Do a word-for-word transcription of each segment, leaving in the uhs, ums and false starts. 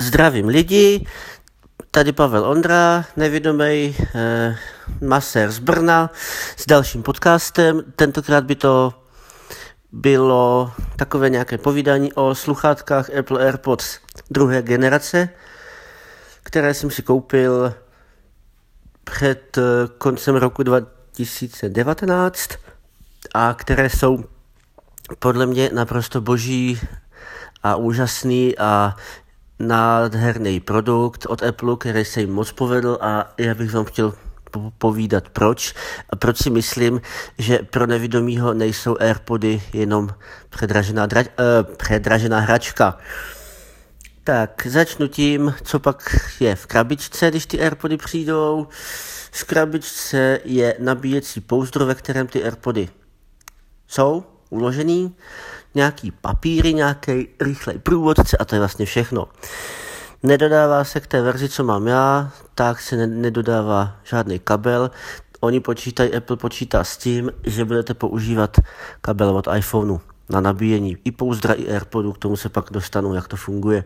Zdravím lidi, tady Pavel Ondra, nevědomej eh, masér z Brna s dalším podcastem. Tentokrát by to bylo takové nějaké povídání o sluchátkách Apple AirPods druhé generace, které jsem si koupil před koncem roku dva tisíce devatenáct a které jsou podle mě naprosto boží a úžasný a nádherný produkt od Apple, který se jim moc povedl, a já bych vám chtěl povídat proč a proč si myslím, že pro nevědomýho nejsou AirPody jenom předražená, dra, eh, předražená hračka. Tak začnu tím, co pak je v krabičce, když ty AirPody přijdou. V krabičce je nabíjecí pouzdro, ve kterém ty AirPody jsou uložený, nějaký papíry, nějaký rychlej průvodce a to je vlastně všechno. Nedodává se k té verzi, co mám já, tak se ne- nedodává žádný kabel. Oni počítají, Apple počítá s tím, že budete používat kabel od iPhoneu na nabíjení i pouzdra, i AirPodů, k tomu se pak dostanu, jak to funguje.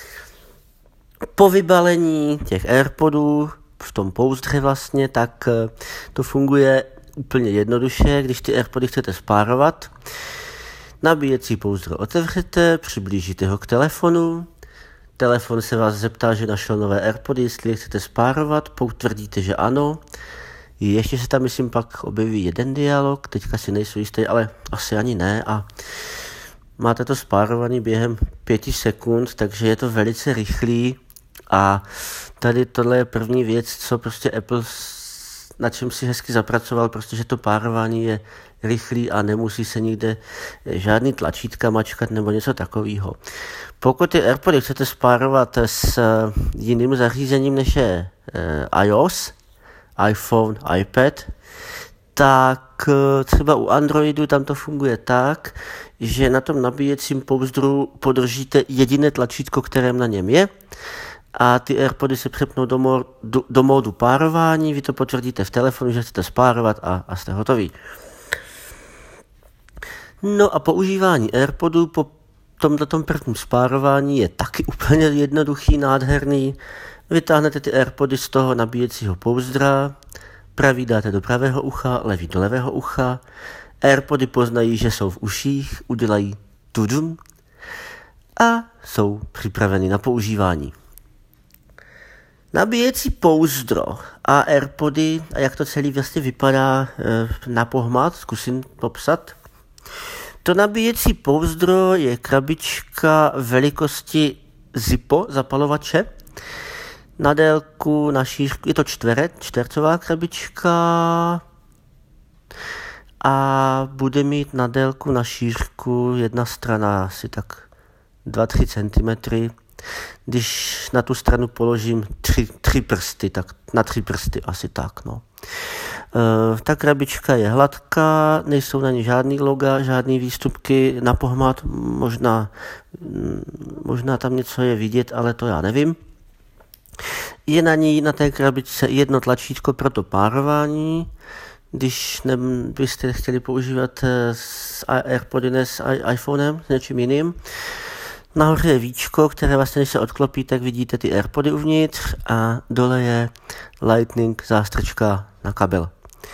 Po vybalení těch AirPodů v tom pouzdře vlastně, tak to funguje úplně jednoduše, když ty AirPody chcete spárovat. Nabíjecí pouzdro otevřete, přiblížíte ho k telefonu, telefon se vás zeptá, že našel nové AirPody, jestli je chcete spárovat, potvrdíte, že ano. Ještě se tam, myslím, pak objeví jeden dialog, teďka si nejsou jistý, ale asi ani ne, a máte to spárovaný během pěti sekund, takže je to velice rychlý a tady tohle je první věc, co prostě Apple, na čem si hezky zapracoval, prostě, že to párování je rychlý a nemusí se nikde žádný tlačítka mačkat nebo něco takového. Pokud ty AirPody chcete spárovat s jiným zařízením než je iOS, iPhone, iPad, tak třeba u Androidu tam to funguje tak, že na tom nabíjecím pouzdru podržíte jediné tlačítko, které na něm je, a ty AirPody se přepnou do, mo- do, do módu párování, vy to potvrdíte v telefonu, že chcete spárovat a, a jste hotoví. No a používání AirPodů po tomto prvním spárování je taky úplně jednoduchý, nádherný. Vytáhnete ty AirPody z toho nabíjecího pouzdra, pravý dáte do pravého ucha, levý do levého ucha. AirPody poznají, že jsou v uších, udělají tudum a jsou připraveny na používání. Nabíjecí pouzdro a AirPody a jak to celý vlastně vypadá na pohmat, zkusím popsat. To nabíjecí pouzdro je krabička velikosti Zippo zapalovače. Na délku, na šířku, je to čtvere, čtvercová krabička a bude mít na délku, na šířku jedna strana asi tak dva až tři centimetry. Když na tu stranu položím tři, tři prsty, tak na tři prsty asi tak, no. E, ta krabička je hladká, nejsou na ní žádný loga, žádný výstupky na pohmat, možná, možná tam něco je vidět, ale to já nevím. Je na ní, na té krabičce, jedno tlačítko pro to párování, když ne, byste chtěli používat s AirPody, ne s iPhonem, s něčím jiným. Nahoře je víčko, které vlastně, když se odklopí, tak vidíte ty AirPody uvnitř a dole je Lightning zástrčka na kabel.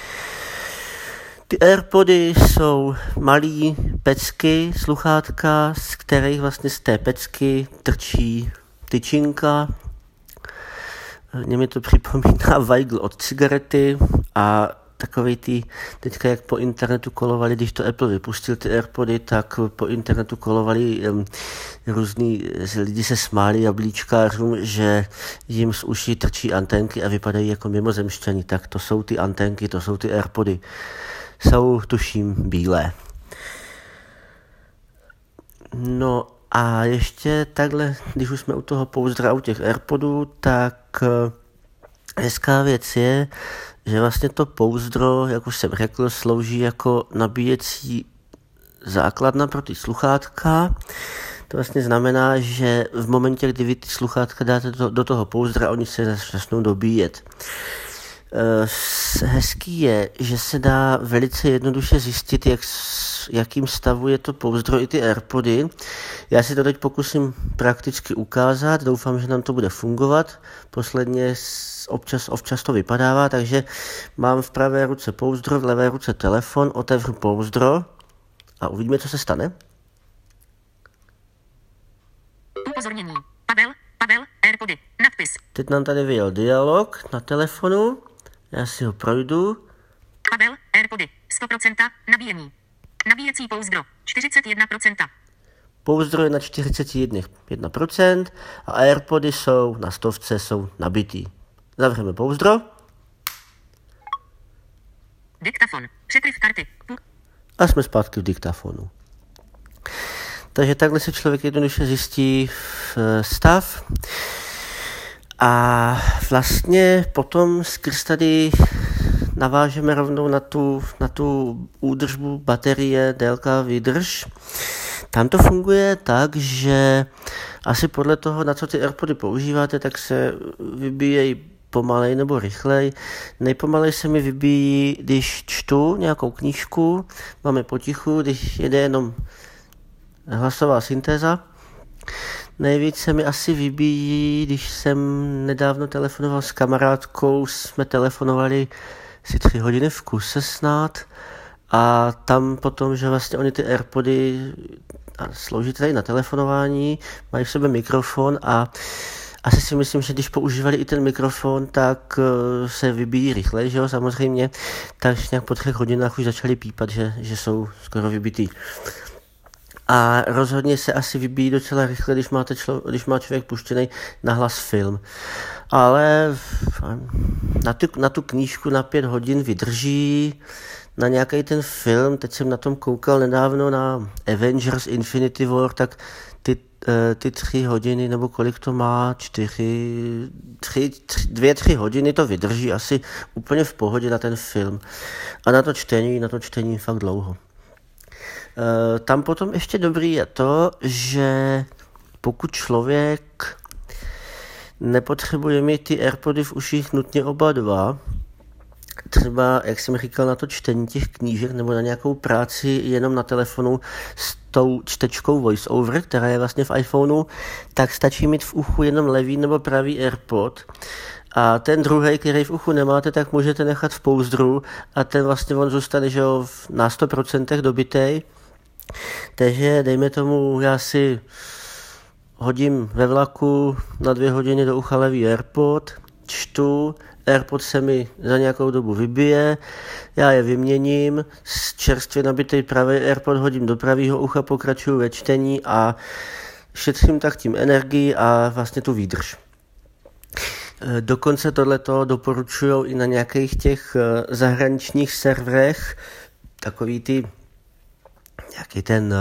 Ty AirPody jsou malý pecky, sluchátka, z kterých vlastně z té pecky trčí tyčinka. Mně mi to připomíná vajgl od cigarety a takovej ty, teďka jak po internetu kolovali, když to Apple vypustil ty AirPody, tak po internetu kolovali um, různý lidi se smáli jablíčkářům, že jim z uší trčí anténky a vypadají jako mimozemšťani. Tak to jsou ty anténky, to jsou ty AirPody. Jsou, tuším, bílé. No a ještě takhle, když už jsme u toho pouzdra, u těch AirPodů, tak hezká věc je, že vlastně to pouzdro, jak už jsem řekl, slouží jako nabíjecí základna pro ty sluchátka. To vlastně znamená, že v momentě, kdy vy ty sluchátka dáte do, do toho pouzdra, oni se začnou dobíjet. Hezký je, že se dá velice jednoduše zjistit, jak, jakým stavu je to pouzdro i ty AirPody. Já si to teď pokusím prakticky ukázat, doufám, že nám to bude fungovat. Posledně občas, občas to vypadává, takže mám v pravé ruce pouzdro, v levé ruce telefon, otevřu pouzdro a uvidíme, co se stane. Upozornění. Pavel, Pavel, AirPody, nadpis. Teď nám tady vyjel dialog na telefonu. Já si ho projdu. Pavel, AirPody, sto procent nabíjení. Nabíjecí pouzdro, čtyřicet jedna procent. Pouzdro je na čtyřicet jedna procent a AirPody jsou na stovce, jsou nabitý. Zavřeme pouzdro. Diktafon, překryv karty. A jsme zpátky v diktafonu. Takže takhle se člověk jednoduše zjistí stav. A vlastně potom skrz tady navážeme rovnou na tu, na tu údržbu baterie, délka výdrž. Tam to funguje tak, že asi podle toho, na co ty AirPody používáte, tak se vybíjejí pomalej nebo rychlej. Nejpomalej se mi vybíjí, když čtu nějakou knížku, máme potichu, když jede jenom hlasová syntéza. Nejvíc se mi asi vybíjí, když jsem nedávno telefonoval s kamarádkou, jsme telefonovali si tři hodiny v kuse snad a tam potom, že vlastně oni ty AirPody slouží tady na telefonování, mají v sobě mikrofon a asi si myslím, že když používali i ten mikrofon, tak se vybíjí rychle, že jo, samozřejmě, takže nějak po třech hodinách už začali pípat, že, že jsou skoro vybitý. A rozhodně se asi vybíjí docela rychle, když, máte člo, když má člověk puštěný na hlas film. Ale na tu, na tu knížku na pět hodin vydrží, na nějaký ten film, teď jsem na tom koukal nedávno na Avengers Infinity War, tak ty, ty tři hodiny, nebo kolik to má, čtyři, tři, tři, dvě, tři hodiny to vydrží asi úplně v pohodě na ten film. A na to čtení, na to čtení fakt dlouho. Tam potom ještě dobrý je to, že pokud člověk nepotřebuje mít ty AirPody v uších nutně oba dva, třeba, jak jsem říkal, na to čtení těch knížek nebo na nějakou práci jenom na telefonu s tou čtečkou VoiceOver, která je vlastně v iPhoneu, tak stačí mít v uchu jenom levý nebo pravý AirPod. A ten druhý, který v uchu nemáte, tak můžete nechat v pouzdru a ten vlastně on zůstane, že jo, na sto procent dobitej. Takže dejme tomu, já si hodím ve vlaku na dvě hodiny do ucha levý AirPod, čtu, AirPod se mi za nějakou dobu vybije, já je vyměním, z čerstvě nabitej pravý AirPod hodím do pravýho ucha, pokračuju ve čtení a šetřím tak tím energii a vlastně tu výdrž. Dokonce tohleto doporučují i na nějakých těch zahraničních serverech, takový ty, nějaký ten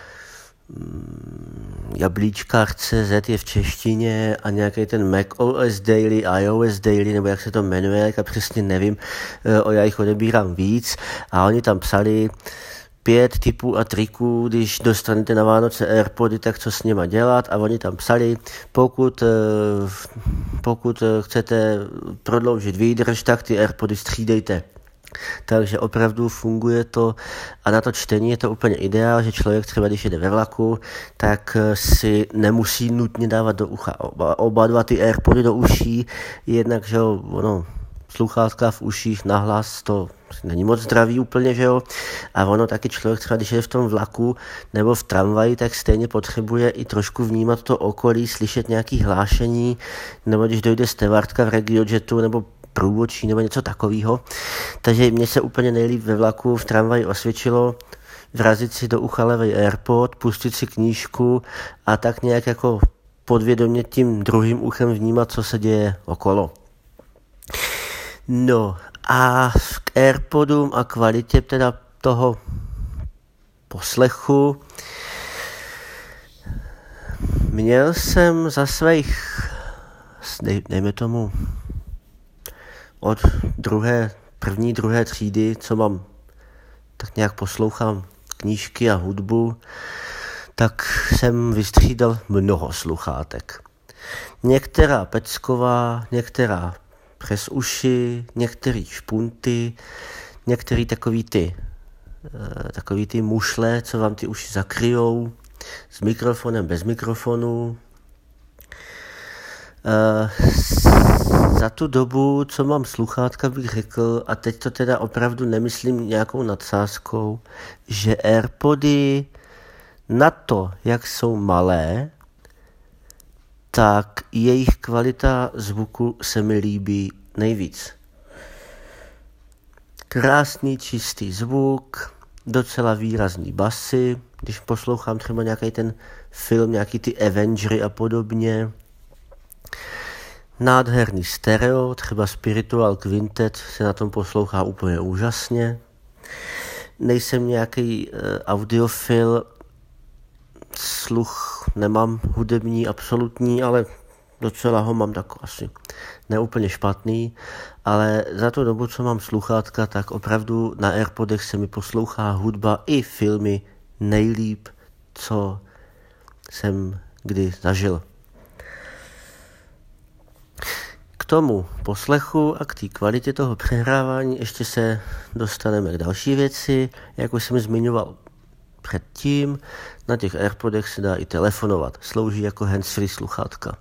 jablíčkář tečka cé zet je v češtině a nějaký ten macOS Daily, iOS Daily, nebo jak se to jmenuje, já přesně nevím, o já jich odebírám víc a oni tam psali pět tipů a triků, když dostanete na Vánoce AirPody, tak co s nima dělat a oni tam psali, pokud, pokud chcete prodloužit výdrž, tak ty AirPody střídejte. Takže opravdu funguje to a na to čtení je to úplně ideál, že člověk třeba, když jede ve vlaku, tak si nemusí nutně dávat do ucha oba, oba dva ty AirPody do uší, jednak, že jo, ono, sluchátka v uších nahlas, to není moc zdravý úplně, že jo, a ono taky člověk třeba, když je v tom vlaku nebo v tramvaji, tak stejně potřebuje i trošku vnímat to okolí, slyšet nějaký hlášení, nebo když dojde stevardka v RegioJetu nebo průvodčí nebo něco takového. Takže mně se úplně nejlíp ve vlaku, v tramvaji osvědčilo vrazit si do ucha levý AirPod, pustit si knížku a tak nějak jako podvědomě tím druhým uchem vnímat, co se děje okolo. No a k AirPodům a kvalitě teda toho poslechu měl jsem za svých, dej, dejme tomu, od druhé, první, druhé třídy, co mám, tak nějak poslouchám knížky a hudbu, tak jsem vystřídal mnoho sluchátek. Některá pecková, některá přes uši, některé špunty, některé takový ty, takový ty mušle, co vám ty uši zakryjou, s mikrofonem, bez mikrofonu. Za tu dobu, co mám sluchátka, bych řekl, a teď to teda opravdu nemyslím nějakou nadsázkou, že AirPody na to, jak jsou malé, tak jejich kvalita zvuku se mi líbí nejvíc. Krásný, čistý zvuk, docela výrazný basy, když poslouchám třeba nějaký ten film, nějaký ty Avengery a podobně. Nádherný stereo, třeba Spiritual Quintet se na tom poslouchá úplně úžasně. Nejsem nějaký uh, audiofil, sluch nemám hudební, absolutní, ale docela ho mám tak asi neúplně špatný, ale za tu dobu, co mám sluchátka, tak opravdu na AirPodech se mi poslouchá hudba i filmy nejlíp, co jsem kdy zažil. K tomu poslechu a k té kvalitě toho přehrávání ještě se dostaneme k další věci. Jak už jsem zmiňoval předtím, na těch AirPodech se dá i telefonovat. Slouží jako handsfree sluchátka.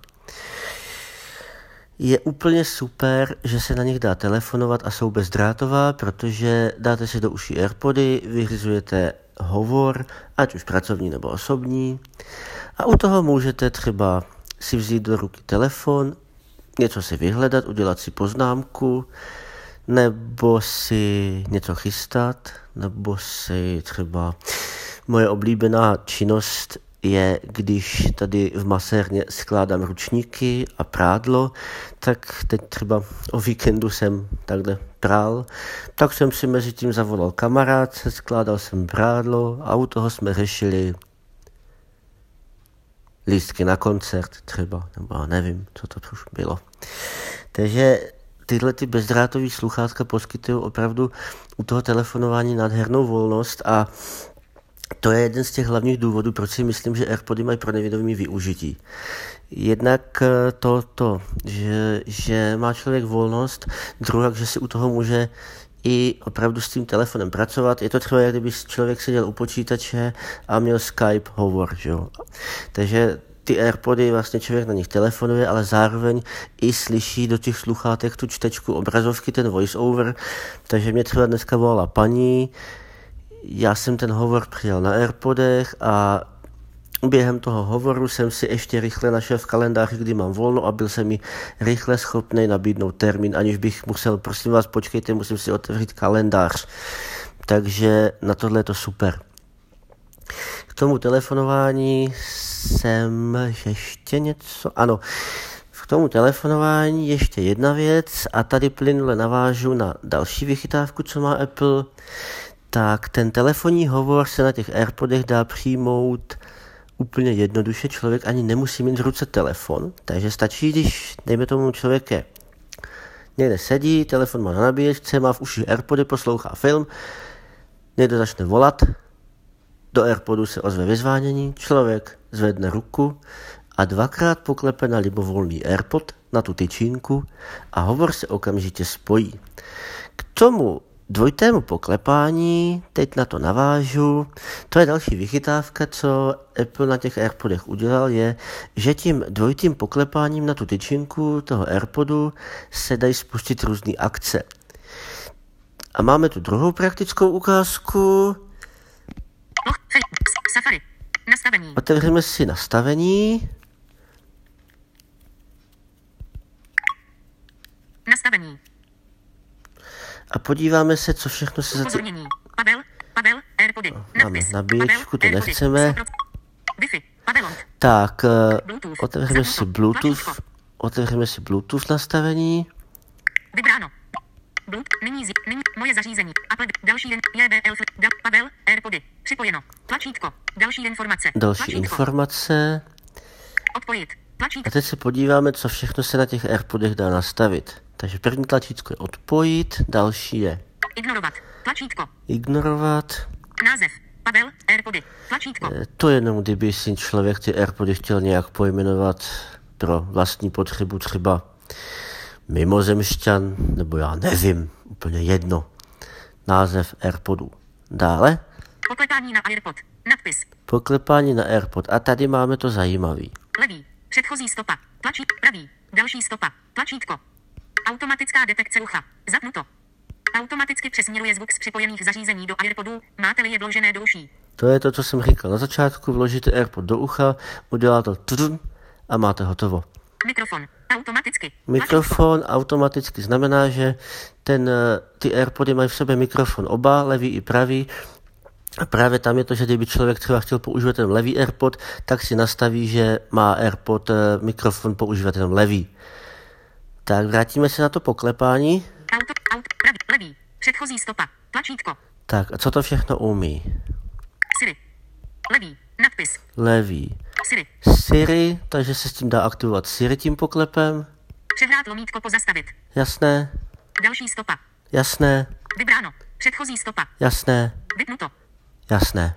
Je úplně super, že se na nich dá telefonovat a jsou bezdrátová, protože dáte si do uší AirPody, vyřizujete hovor, ať už pracovní nebo osobní, a u toho můžete třeba si vzít do ruky telefon, něco si vyhledat, udělat si poznámku, nebo si něco chystat, nebo si třeba moje oblíbená činnost je, když tady v masérně skládám ručníky a prádlo, tak teď třeba o víkendu jsem takhle prál, tak jsem si mezi tím zavolal kamarádce, skládal jsem prádlo a u toho jsme řešili lístky na koncert třeba, nebo nevím, co to už bylo. Takže tyhle ty bezdrátové sluchátka poskytují opravdu u toho telefonování nádhernou volnost a to je jeden z těch hlavních důvodů, proč si myslím, že AirPody mají pro nevědomí využití. Jednak to, to že, že má člověk volnost, druhá, že si u toho může i opravdu s tím telefonem pracovat. Je to třeba, jak kdyby člověk seděl u počítače a měl Skype hovor. Že? Takže ty AirPody, vlastně člověk na nich telefonuje, ale zároveň i slyší do těch sluchátek tu čtečku obrazovky, ten voice-over. Takže mě třeba dneska volala paní, já jsem ten hovor přijal na AirPodech a během toho hovoru jsem si ještě rychle našel v kalendáři, kdy mám volno a byl jsem mi rychle schopný nabídnout termín, aniž bych musel, prosím vás, počkejte, musím si otevřít kalendář. Takže na tohle je to super. K tomu telefonování jsem ještě něco, ano, k tomu telefonování ještě jedna věc a tady plynule navážu na další vychytávku, co má Apple. Tak ten telefonní hovor se na těch AirPodech dá přijmout úplně jednoduše, člověk ani nemusí mít v ruce telefon, takže stačí, když, dejme tomu, člověk je někde sedí, telefon má na nabíječce, má v uši AirPody, poslouchá film, někdo začne volat, do AirPodu se ozve vyzvánění, člověk zvedne ruku a dvakrát poklepe na libovolný AirPod, na tu tyčínku a hovor se okamžitě spojí. K tomu dvojitému poklepání, teď na to navážu, to je další vychytávka, co Apple na těch AirPodech udělal, je, že tím dvojitým poklepáním na tu tyčinku toho AirPodu se dají spustit různé akce. A máme tu druhou praktickou ukázku. Safari. Nastavení. Otevřeme si nastavení. Nastavení. A podíváme se, co všechno se za ty... Upozornění. Pavel, Pavel, AirPody. Máme nabíječku, to nechceme. Wi-Fi, Pavelon. Tak, uh, otevřeme si Bluetooth. Otevřeme si Bluetooth nastavení. Vybráno. Bluetooth, nyní, zi, nyní, moje zařízení. Apple, další den, J B L, da, Pavel, AirPody. Připojeno. Tlačítko. Další informace. Další Tlačítko. informace. Odpojit. Tlačítko. A teď se podíváme, co všechno se na těch AirPodech dá nastavit. Takže první tlačítko je odpojit, další je ignorovat. Tlačítko. Ignorovat. Název. Pavel, AirPody. Tlačítko. To jenom, kdyby si člověk ty AirPody chtěl nějak pojmenovat pro vlastní potřebu, třeba mimozemšťan, nebo já nevím, úplně jedno. Název AirPodů. Dále. Poklepání na AirPod. Nadpis. Poklepání na AirPod. A tady máme to zajímavý. Levý. Předchozí stopa. Tlačítko. Pravý. Další stopa. Tlačítko. Automatická detekce ucha. Zapnuto. Automaticky přesměruje zvuk z připojených zařízení do AirPodů, máte-li je vložené do uší. To je to, co jsem říkal na začátku. Vložíte AirPod do ucha, udělá to tudum a máte hotovo. Mikrofon. Automaticky. Mikrofon automaticky znamená, že ten, ty AirPody mají v sobě mikrofon oba, levý i pravý. A právě tam je to, že kdyby člověk třeba chtěl používat ten levý AirPod, tak si nastaví, že má AirPod mikrofon používat ten levý. Tak vrátíme se na to poklepání. Auto, auto, pravý, levý, předchozí stopa, tlačítko. Tak a co to všechno umí? Siri. Levý, nadpis. Levý. Siri. Siri, takže se s tím dá aktivovat Siri tím poklepem. Přehrát lomítko pozastavit. Jasné. Další stopa. Jasné. Vybráno. Předchozí stopa. Jasné. Vypnuto. Jasné.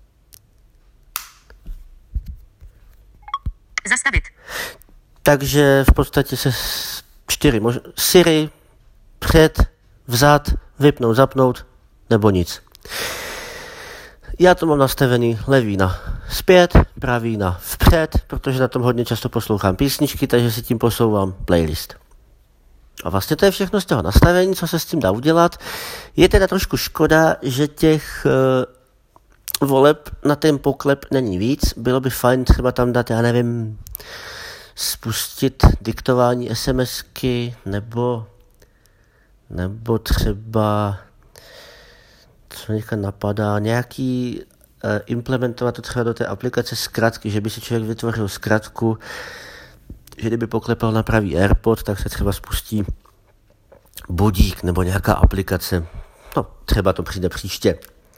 Zastavit. Takže v podstatě se s- čtyři mož- Siri, před, vzad, vypnout, zapnout, nebo nic. Já to mám nastavený levý na zpět, pravý na vpřed, protože na tom hodně často poslouchám písničky, takže si tím posouvám playlist. A vlastně to je všechno z toho nastavení, co se s tím dá udělat. Je teda trošku škoda, že těch uh, voleb na ten poklep není víc. Bylo by fajn třeba tam dát, já nevím, spustit diktování SMSky, nebo, nebo třeba, co mě napadá, nějaký uh, implementovat to třeba do té aplikace zkratky, že by si člověk vytvořil zkratku, že kdyby poklepal na pravý AirPod, tak se třeba spustí budík nebo nějaká aplikace. No, třeba to přijde příště.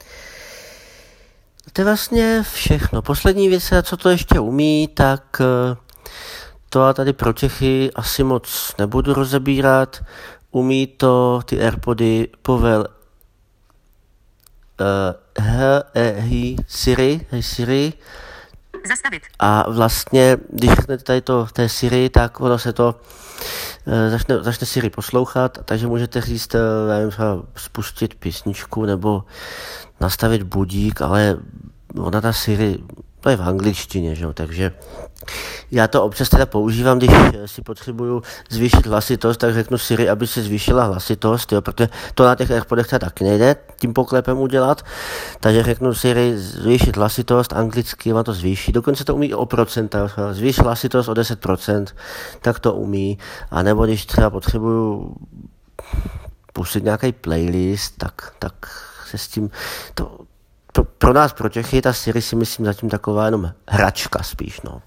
To je vlastně všechno. Poslední věc, co to ještě umí, tak to já tady pro Čechy asi moc nebudu rozebírat. Umí to ty AirPody povel uh, he, he, he, Siri, hey Siri. Zastavit. A vlastně, když řeknete tady to té Siri, tak ono se to e, začne, začne Siri poslouchat, takže můžete říct, e, nevím, třeba spustit písničku nebo nastavit budík, ale ona ta Siri, to je v angličtině, že? Takže já to občas teda používám, když si potřebuju zvýšit hlasitost, tak řeknu Siri, aby se zvýšila hlasitost, jo, protože to na těch AirPodech teda taky nejde tím poklepem udělat, takže řeknu Siri zvýšit hlasitost, anglicky má to zvýší, dokonce to umí i o procenta, zvýš hlasitost o deset procent, tak to umí, a nebo když třeba potřebuju pustit nějaký playlist, tak, tak se s tím, to, pro, pro nás, pro Čechy, ta Siri si myslím zatím taková jenom hračka spíš, no.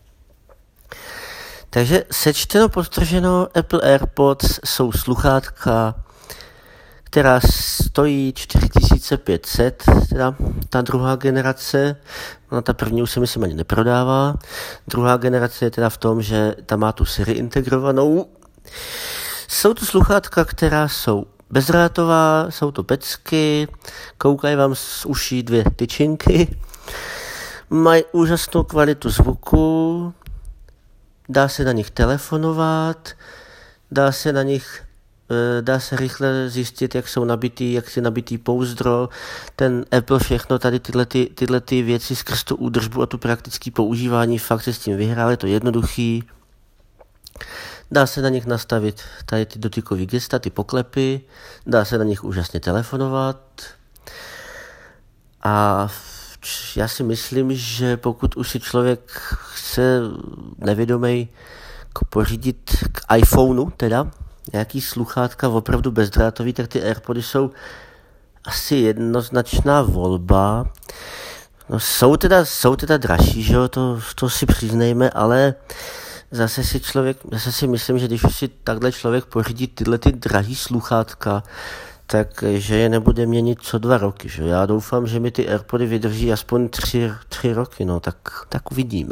Takže sečteno, podtrženo, Apple AirPods jsou sluchátka, která stojí čtyři tisíce pět set, teda ta druhá generace, no ta první už se myslím ani neprodává. Druhá generace je teda v tom, že tam má tu Siri integrovanou. Jsou to sluchátka, která jsou bezdrátová, jsou to pecky, koukají vám z uší dvě tyčinky, mají úžasnou kvalitu zvuku, dá se na nich telefonovat, dá se na nich, dá se rychle zjistit, jak jsou nabitý, jak je nabitý pouzdro. Ten Apple všechno tady tyhle, ty, tyhle ty věci skrz tu údržbu a tu praktické používání fakt se s tím vyhrál, je to jednoduchý. Dá se na nich nastavit tady ty dotykové gesta, ty poklepy, dá se na nich úžasně telefonovat. A já si myslím, že pokud už si člověk chce nevědomej pořídit k iPhoneu, teda nějaký sluchátka opravdu bezdrátový, tak ty AirPody jsou asi jednoznačná volba. No, jsou teda, jsou teda dražší, že jo, to, to si přiznejme, ale zase si člověk, zase si myslím, že když už si takhle člověk pořídí tyhle ty drahý sluchátka, tak že je nebude měnit co dva roky, že? Já doufám, že mi ty AirPody vydrží aspoň tři, tři roky, no, tak, tak uvidíme.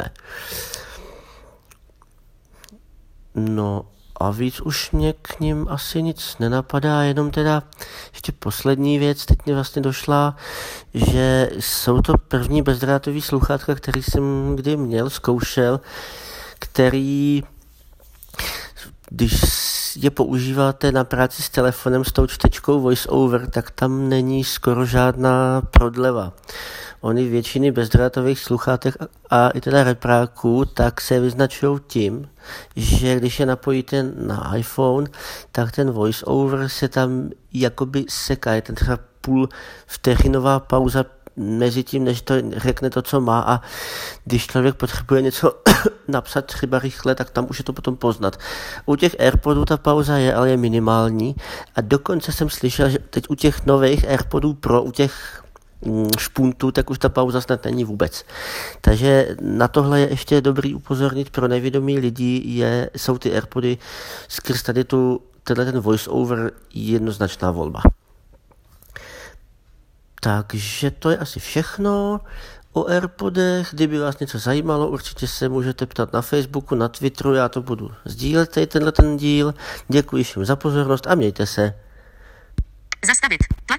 No a víc už mě k ním asi nic nenapadá, jenom teda ještě poslední věc, teď mě vlastně došla, že jsou to první bezdrátový sluchátka, který jsem kdy měl, zkoušel, který když je používáte na práci s telefonem s tou čtečkou VoiceOver, tak tam není skoro žádná prodleva. Ony většiny bezdrátových sluchátek a i teda repráků tak se vyznačují tím, že když je napojíte na iPhone, tak ten VoiceOver se tam jakoby seká. Je ten třeba půl vteřinová pauza mezi tím, než to řekne to, co má, a když člověk potřebuje něco napsat třeba rychle, tak tam už je to potom poznat. U těch AirPodů ta pauza je, ale je minimální, a dokonce jsem slyšel, že teď u těch nových AirPodů Pro, u těch špuntů, tak už ta pauza snad není vůbec. Takže na tohle je ještě dobrý upozornit pro nevědomí lidi, je, jsou ty AirPody skrz tady tu, tenhle ten VoiceOver jednoznačná volba. Takže to je asi všechno o AirPodech. Kdyby vás něco zajímalo, určitě se můžete ptat na Facebooku, na Twitteru, já to budu sdílet, tady tenhle ten díl. Děkuji všem za pozornost a mějte se. Zastavit.